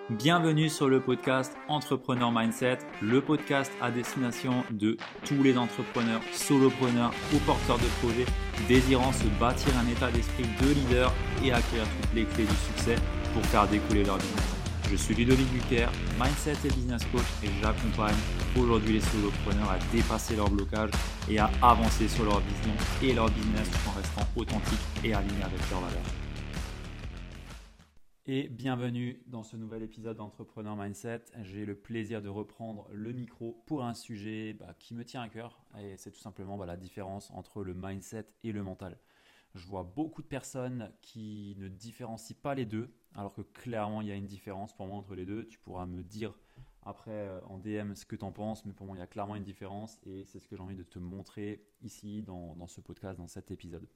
Bienvenue sur le podcast Entrepreneur Mindset, le podcast à destination de tous les entrepreneurs, solopreneurs ou porteurs de projets désirant se bâtir un état d'esprit de leader et acquérir toutes les clés du succès pour faire découler leur business. Je suis Ludovic Bucher, Mindset et Business Coach et j'accompagne aujourd'hui les solopreneurs à dépasser leurs blocages et à avancer sur leur vision et leur business tout en restant authentiques et alignés avec leurs valeurs. Et bienvenue dans ce nouvel épisode d'Entrepreneur Mindset. J'ai le plaisir de reprendre le micro pour un sujet qui me tient à cœur et c'est tout simplement la différence entre le mindset et le mental. Je vois beaucoup de personnes qui ne différencient pas les deux alors que clairement il y a une différence pour moi entre les deux. Tu pourras me dire après en DM ce que tu en penses, mais pour moi il y a clairement une différence et c'est ce que j'ai envie de te montrer ici dans ce podcast, dans cet épisode.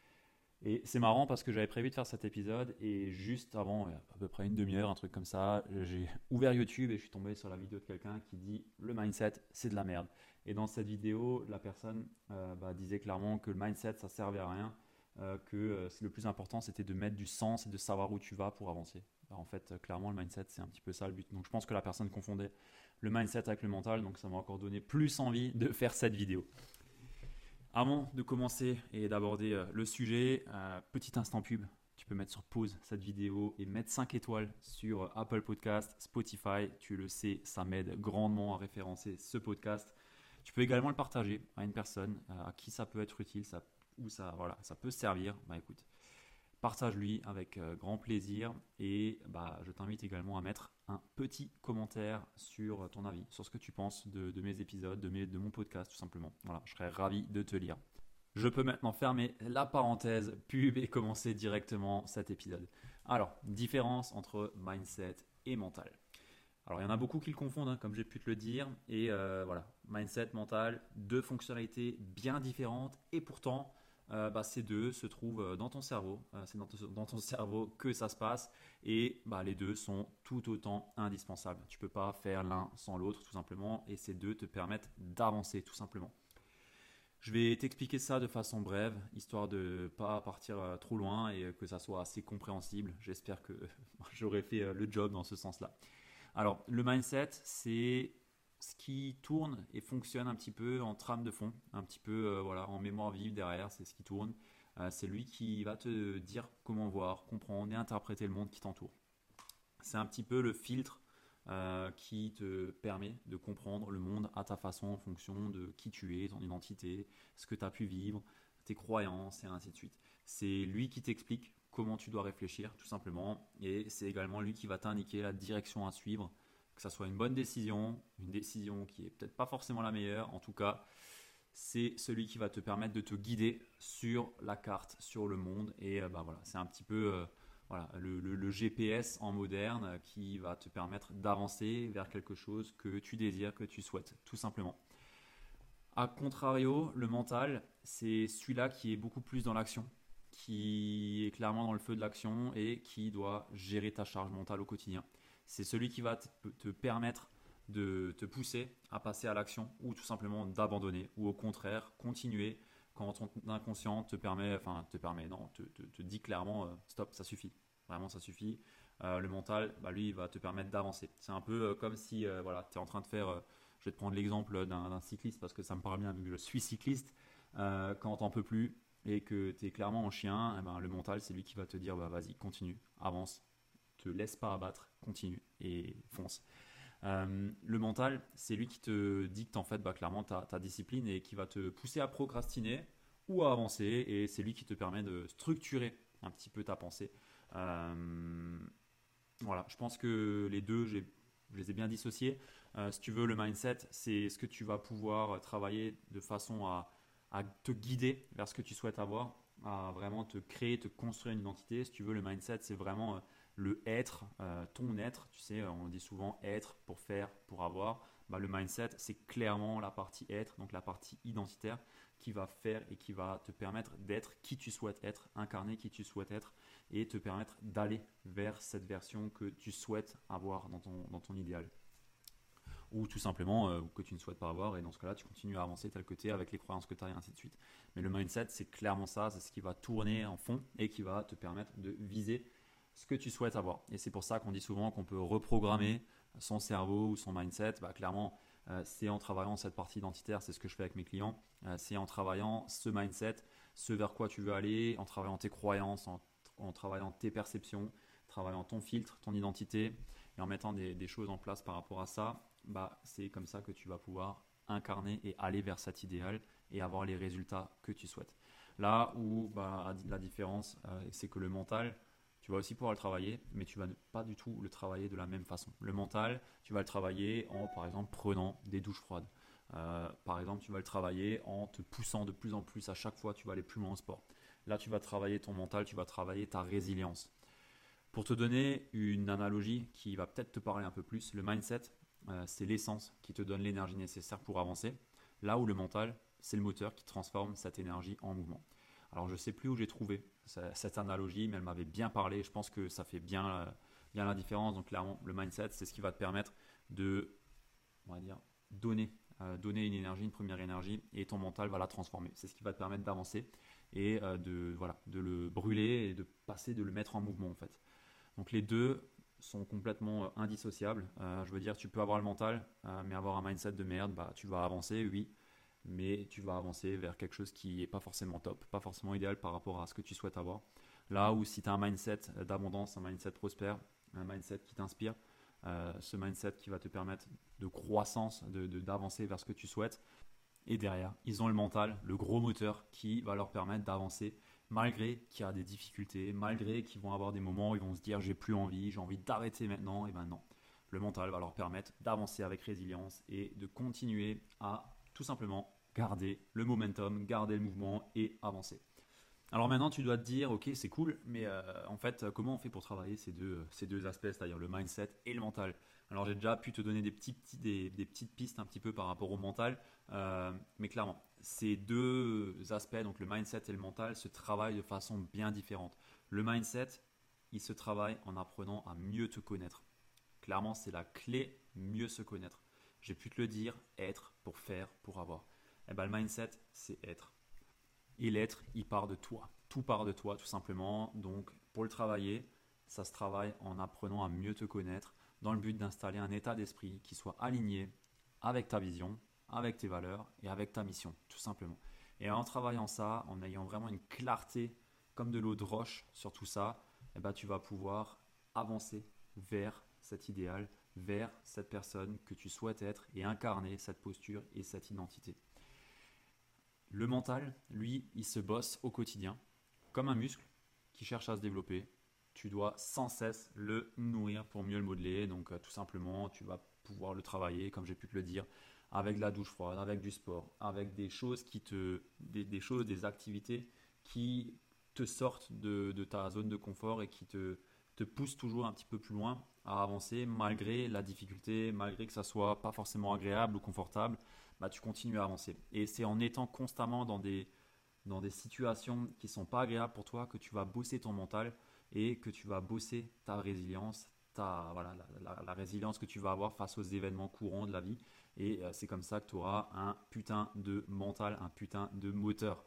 Et c'est marrant parce que j'avais prévu de faire cet épisode et juste avant, à peu près une demi-heure, un truc comme ça, j'ai ouvert YouTube et je suis tombé sur la vidéo de quelqu'un qui dit « Le mindset, c'est de la merde ». Et dans cette vidéo, la personne disait clairement que le mindset, ça servait à rien, que le plus important, c'était de mettre du sens et de savoir où tu vas pour avancer. Alors en fait, clairement, le mindset, c'est un petit peu ça le but. Donc je pense que la personne confondait le mindset avec le mental, donc ça m'a encore donné plus envie de faire cette vidéo. Avant de commencer et d'aborder le sujet, petit instant pub, tu peux mettre sur pause cette vidéo et mettre 5 étoiles sur Apple Podcast, Spotify. Tu le sais, ça m'aide grandement à référencer ce podcast. Tu peux également le partager à une personne à qui ça peut être utile, ça peut servir. Écoute, partage-lui avec grand plaisir et je t'invite également à mettre un petit commentaire sur ton avis, sur ce que tu penses de mes épisodes, de mon podcast tout simplement. Voilà, je serais ravi de te lire. Je peux maintenant fermer la parenthèse pub et commencer directement cet épisode. Alors, différence entre mindset et mental. Alors, il y en a beaucoup qui le confondent, comme j'ai pu te le dire. Et mindset, mental, deux fonctionnalités bien différentes et pourtant ces deux se trouvent dans ton cerveau. C'est dans ton cerveau que ça se passe et les deux sont tout autant indispensables. Tu ne peux pas faire l'un sans l'autre tout simplement et ces deux te permettent d'avancer tout simplement. Je vais t'expliquer ça de façon brève, histoire de ne pas partir trop loin et que ça soit assez compréhensible. J'espère que j'aurai fait le job dans ce sens-là. Alors, le mindset, c'est ce qui tourne et fonctionne un petit peu en trame de fond, un petit peu en mémoire vive derrière, c'est ce qui tourne. C'est lui qui va te dire comment voir, comprendre et interpréter le monde qui t'entoure. C'est un petit peu le filtre qui te permet de comprendre le monde à ta façon en fonction de qui tu es, ton identité, ce que tu as pu vivre, tes croyances et ainsi de suite. C'est lui qui t'explique comment tu dois réfléchir tout simplement et c'est également lui qui va t'indiquer la direction à suivre, que ça soit une bonne décision, une décision qui est peut-être pas forcément la meilleure, en tout cas c'est celui qui va te permettre de te guider sur la carte, sur le monde et c'est un petit peu le GPS en moderne qui va te permettre d'avancer vers quelque chose que tu désires, que tu souhaites tout simplement. A contrario, le mental, c'est celui-là qui est beaucoup plus dans l'action, qui est clairement dans le feu de l'action et qui doit gérer ta charge mentale au quotidien. C'est celui qui va te permettre de te pousser à passer à l'action ou tout simplement d'abandonner ou au contraire continuer quand ton inconscient te dit clairement stop, ça suffit. Vraiment, ça suffit. Le mental, lui, il va te permettre d'avancer. C'est un peu comme si tu es en train de faire. Je vais te prendre l'exemple d'un cycliste parce que ça me parle bien vu que je suis cycliste. Quand t'en peux plus et que tu es clairement en chien, le mental, c'est lui qui va te dire vas-y, continue, avance, te laisse pas abattre, continue et fonce. Le mental, c'est lui qui te dicte en fait clairement ta discipline et qui va te pousser à procrastiner ou à avancer et c'est lui qui te permet de structurer un petit peu ta pensée. Je pense que les deux, je les ai bien dissociés. Si tu veux, le mindset, c'est ce que tu vas pouvoir travailler de façon à te guider vers ce que tu souhaites avoir, à vraiment te créer, te construire une identité. Si tu veux, le mindset, c'est vraiment le être, ton être. Tu sais, on dit souvent être pour faire, pour avoir. Le mindset, c'est clairement la partie être, donc la partie identitaire qui va faire et qui va te permettre d'être qui tu souhaites être, incarner qui tu souhaites être et te permettre d'aller vers cette version que tu souhaites avoir dans ton idéal. Ou tout simplement que tu ne souhaites pas avoir et dans ce cas-là, tu continues à avancer tel que tu es avec les croyances que tu as et ainsi de suite. Mais le mindset, c'est clairement ça, c'est ce qui va tourner en fond et qui va te permettre de viser ce que tu souhaites avoir. Et c'est pour ça qu'on dit souvent qu'on peut reprogrammer son cerveau ou son mindset. Clairement, c'est en travaillant cette partie identitaire, c'est ce que je fais avec mes clients, c'est en travaillant ce mindset, ce vers quoi tu veux aller, en travaillant tes croyances, en travaillant tes perceptions, travaillant ton filtre, ton identité, et en mettant des choses en place par rapport à ça, c'est comme ça que tu vas pouvoir incarner et aller vers cet idéal et avoir les résultats que tu souhaites. Là où la différence, c'est que le mental, tu vas aussi pouvoir le travailler, mais tu vas pas du tout le travailler de la même façon. Le mental, tu vas le travailler en, par exemple, prenant des douches froides. Par exemple, tu vas le travailler en te poussant de plus en plus. À chaque fois, tu vas aller plus loin au sport. Là, tu vas travailler ton mental, tu vas travailler ta résilience. Pour te donner une analogie qui va peut-être te parler un peu plus, le mindset, c'est l'essence qui te donne l'énergie nécessaire pour avancer. Là où le mental, c'est le moteur qui transforme cette énergie en mouvement. Alors, je ne sais plus où j'ai trouvé cette analogie, mais elle m'avait bien parlé. Je pense que ça fait bien la différence. Donc, clairement, le mindset, c'est ce qui va te permettre de, on va dire, donner une énergie, une première énergie, et ton mental va la transformer. C'est ce qui va te permettre d'avancer et de le brûler et de passer, de le mettre en mouvement en fait. Donc les deux sont complètement indissociables. Je veux dire, tu peux avoir le mental, mais avoir un mindset de merde, tu vas avancer, oui, mais tu vas avancer vers quelque chose qui n'est pas forcément top, pas forcément idéal par rapport à ce que tu souhaites avoir. Là où si tu as un mindset d'abondance, un mindset prospère, un mindset qui t'inspire, ce mindset qui va te permettre de croissance, d'avancer vers ce que tu souhaites. Et derrière, ils ont le mental, le gros moteur qui va leur permettre d'avancer malgré qu'il y a des difficultés, malgré qu'ils vont avoir des moments où ils vont se dire j'ai plus envie, j'ai envie d'arrêter maintenant. Et ben non, le mental va leur permettre d'avancer avec résilience et de continuer à tout simplement garder le momentum, garder le mouvement et avancer. Alors maintenant, tu dois te dire, ok, c'est cool, mais en fait, comment on fait pour travailler ces deux aspects, c'est-à-dire le mindset et le mental? Alors j'ai déjà pu te donner des petites pistes un petit peu par rapport au mental, mais clairement, ces deux aspects, donc le mindset et le mental, se travaillent de façon bien différente. Le mindset, il se travaille en apprenant à mieux te connaître. Clairement, c'est la clé, mieux se connaître. J'ai pu te le dire, être pour faire, pour avoir. Et ben, le mindset, c'est être. Et l'être, il part de toi. Tout part de toi, tout simplement. Donc, pour le travailler, ça se travaille en apprenant à mieux te connaître dans le but d'installer un état d'esprit qui soit aligné avec ta vision, avec tes valeurs et avec ta mission, tout simplement. Et en travaillant ça, en ayant vraiment une clarté comme de l'eau de roche sur tout ça, tu vas pouvoir avancer vers cet idéal, vers cette personne que tu souhaites être et incarner cette posture et cette identité. Le mental, lui, il se bosse au quotidien, comme un muscle qui cherche à se développer. Tu dois sans cesse le nourrir pour mieux le modeler. Donc tout simplement, tu vas pouvoir le travailler, comme j'ai pu te le dire, avec de la douche froide, avec du sport, avec des choses des activités qui te sortent de ta zone de confort et qui te poussent toujours un petit peu plus loin à avancer malgré la difficulté, malgré que ça soit pas forcément agréable ou confortable. Tu continues à avancer. Et c'est en étant constamment dans des situations qui ne sont pas agréables pour toi que tu vas bosser ton mental et que tu vas bosser ta résilience, la résilience que tu vas avoir face aux événements courants de la vie. Et c'est comme ça que tu auras un putain de mental, un putain de moteur.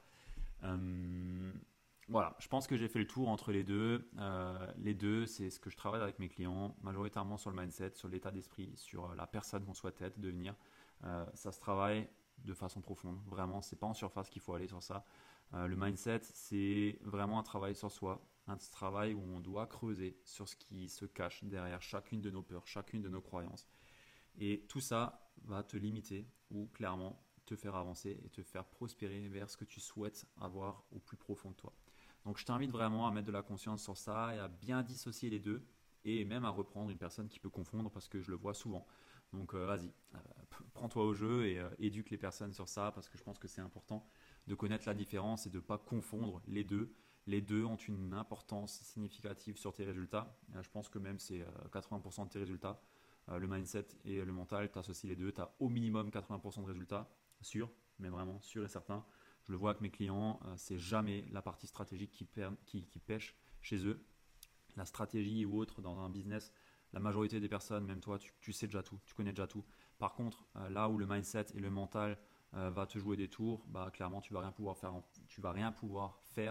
Voilà, je pense que j'ai fait le tour entre les deux. Les deux, c'est ce que je travaille avec mes clients, majoritairement sur le mindset, sur l'état d'esprit, sur la personne qu'on souhaite être, devenir. Ça se travaille de façon profonde, vraiment, c'est pas en surface qu'il faut aller sur ça. Le mindset, c'est vraiment un travail sur soi, un travail où on doit creuser sur ce qui se cache derrière chacune de nos peurs, chacune de nos croyances. Et tout ça va te limiter ou clairement te faire avancer et te faire prospérer vers ce que tu souhaites avoir au plus profond de toi. Donc je t'invite vraiment à mettre de la conscience sur ça et à bien dissocier les deux et même à reprendre une personne qui peut confondre parce que je le vois souvent. Donc vas-y, prends-toi au jeu et éduque les personnes sur ça parce que je pense que c'est important de connaître la différence et de ne pas confondre les deux. Les deux ont une importance significative sur tes résultats. Je pense que même c'est 80% de tes résultats. Le mindset et le mental, tu associes les deux, tu as au minimum 80% de résultats, sûr, mais vraiment sûr et certain. Je le vois avec mes clients, c'est jamais la partie stratégique qui pêche chez eux. La stratégie ou autre dans un business, la majorité des personnes, même toi, tu sais déjà tout, tu connais déjà tout. Par contre, là où le mindset et le mental va te jouer des tours, clairement tu vas rien pouvoir faire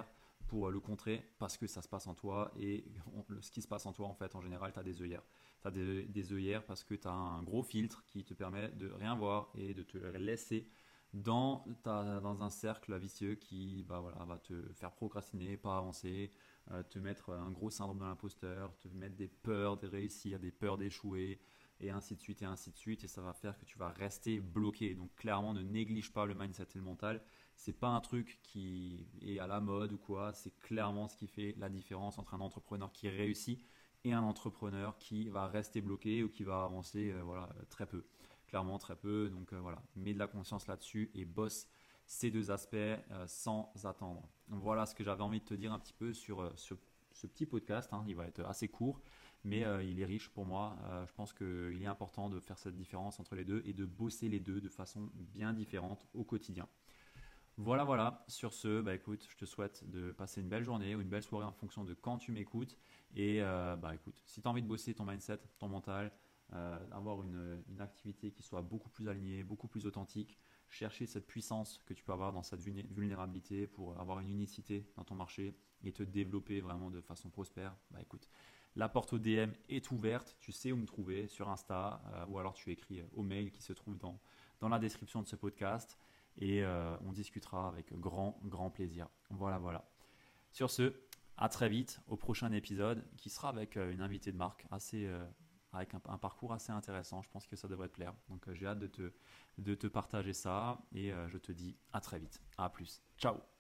pour le contrer parce que ça se passe en toi et ce qui se passe en toi en fait en général tu as des œillères. Tu as des œillères parce que tu as un gros filtre qui te permet de rien voir et de te laisser dans un cercle vicieux qui va te faire procrastiner, pas avancer, te mettre un gros syndrome de l'imposteur, te mettre des peurs de réussir, des peurs d'échouer, et ainsi de suite, et ainsi de suite, et ça va faire que tu vas rester bloqué. Donc clairement, ne néglige pas le mindset et le mental. C'est pas un truc qui est à la mode ou quoi, c'est clairement ce qui fait la différence entre un entrepreneur qui réussit et un entrepreneur qui va rester bloqué ou qui va avancer très peu. Clairement très peu, donc voilà, mets de la conscience là-dessus et bosse ces deux aspects sans attendre. Donc, voilà ce que j'avais envie de te dire un petit peu sur ce petit podcast, hein. Il va être assez court, mais il est riche pour moi. Je pense qu'il est important de faire cette différence entre les deux et de bosser les deux de façon bien différente au quotidien. Voilà. Sur ce, écoute, je te souhaite de passer une belle journée ou une belle soirée en fonction de quand tu m'écoutes. Et écoute, si tu as envie de bosser ton mindset, ton mental, avoir une activité qui soit beaucoup plus alignée, beaucoup plus authentique, chercher cette puissance que tu peux avoir dans cette vulnérabilité pour avoir une unicité dans ton marché et te développer vraiment de façon prospère, écoute, la porte au DM est ouverte, tu sais où me trouver sur Insta ou alors tu écris au mail qui se trouve dans la description de ce podcast et on discutera avec grand plaisir. Voilà. Sur ce, à très vite au prochain épisode qui sera avec une invitée de marque avec un parcours assez intéressant. Je pense que ça devrait te plaire. Donc j'ai hâte de te partager ça et je te dis à très vite. À plus. Ciao.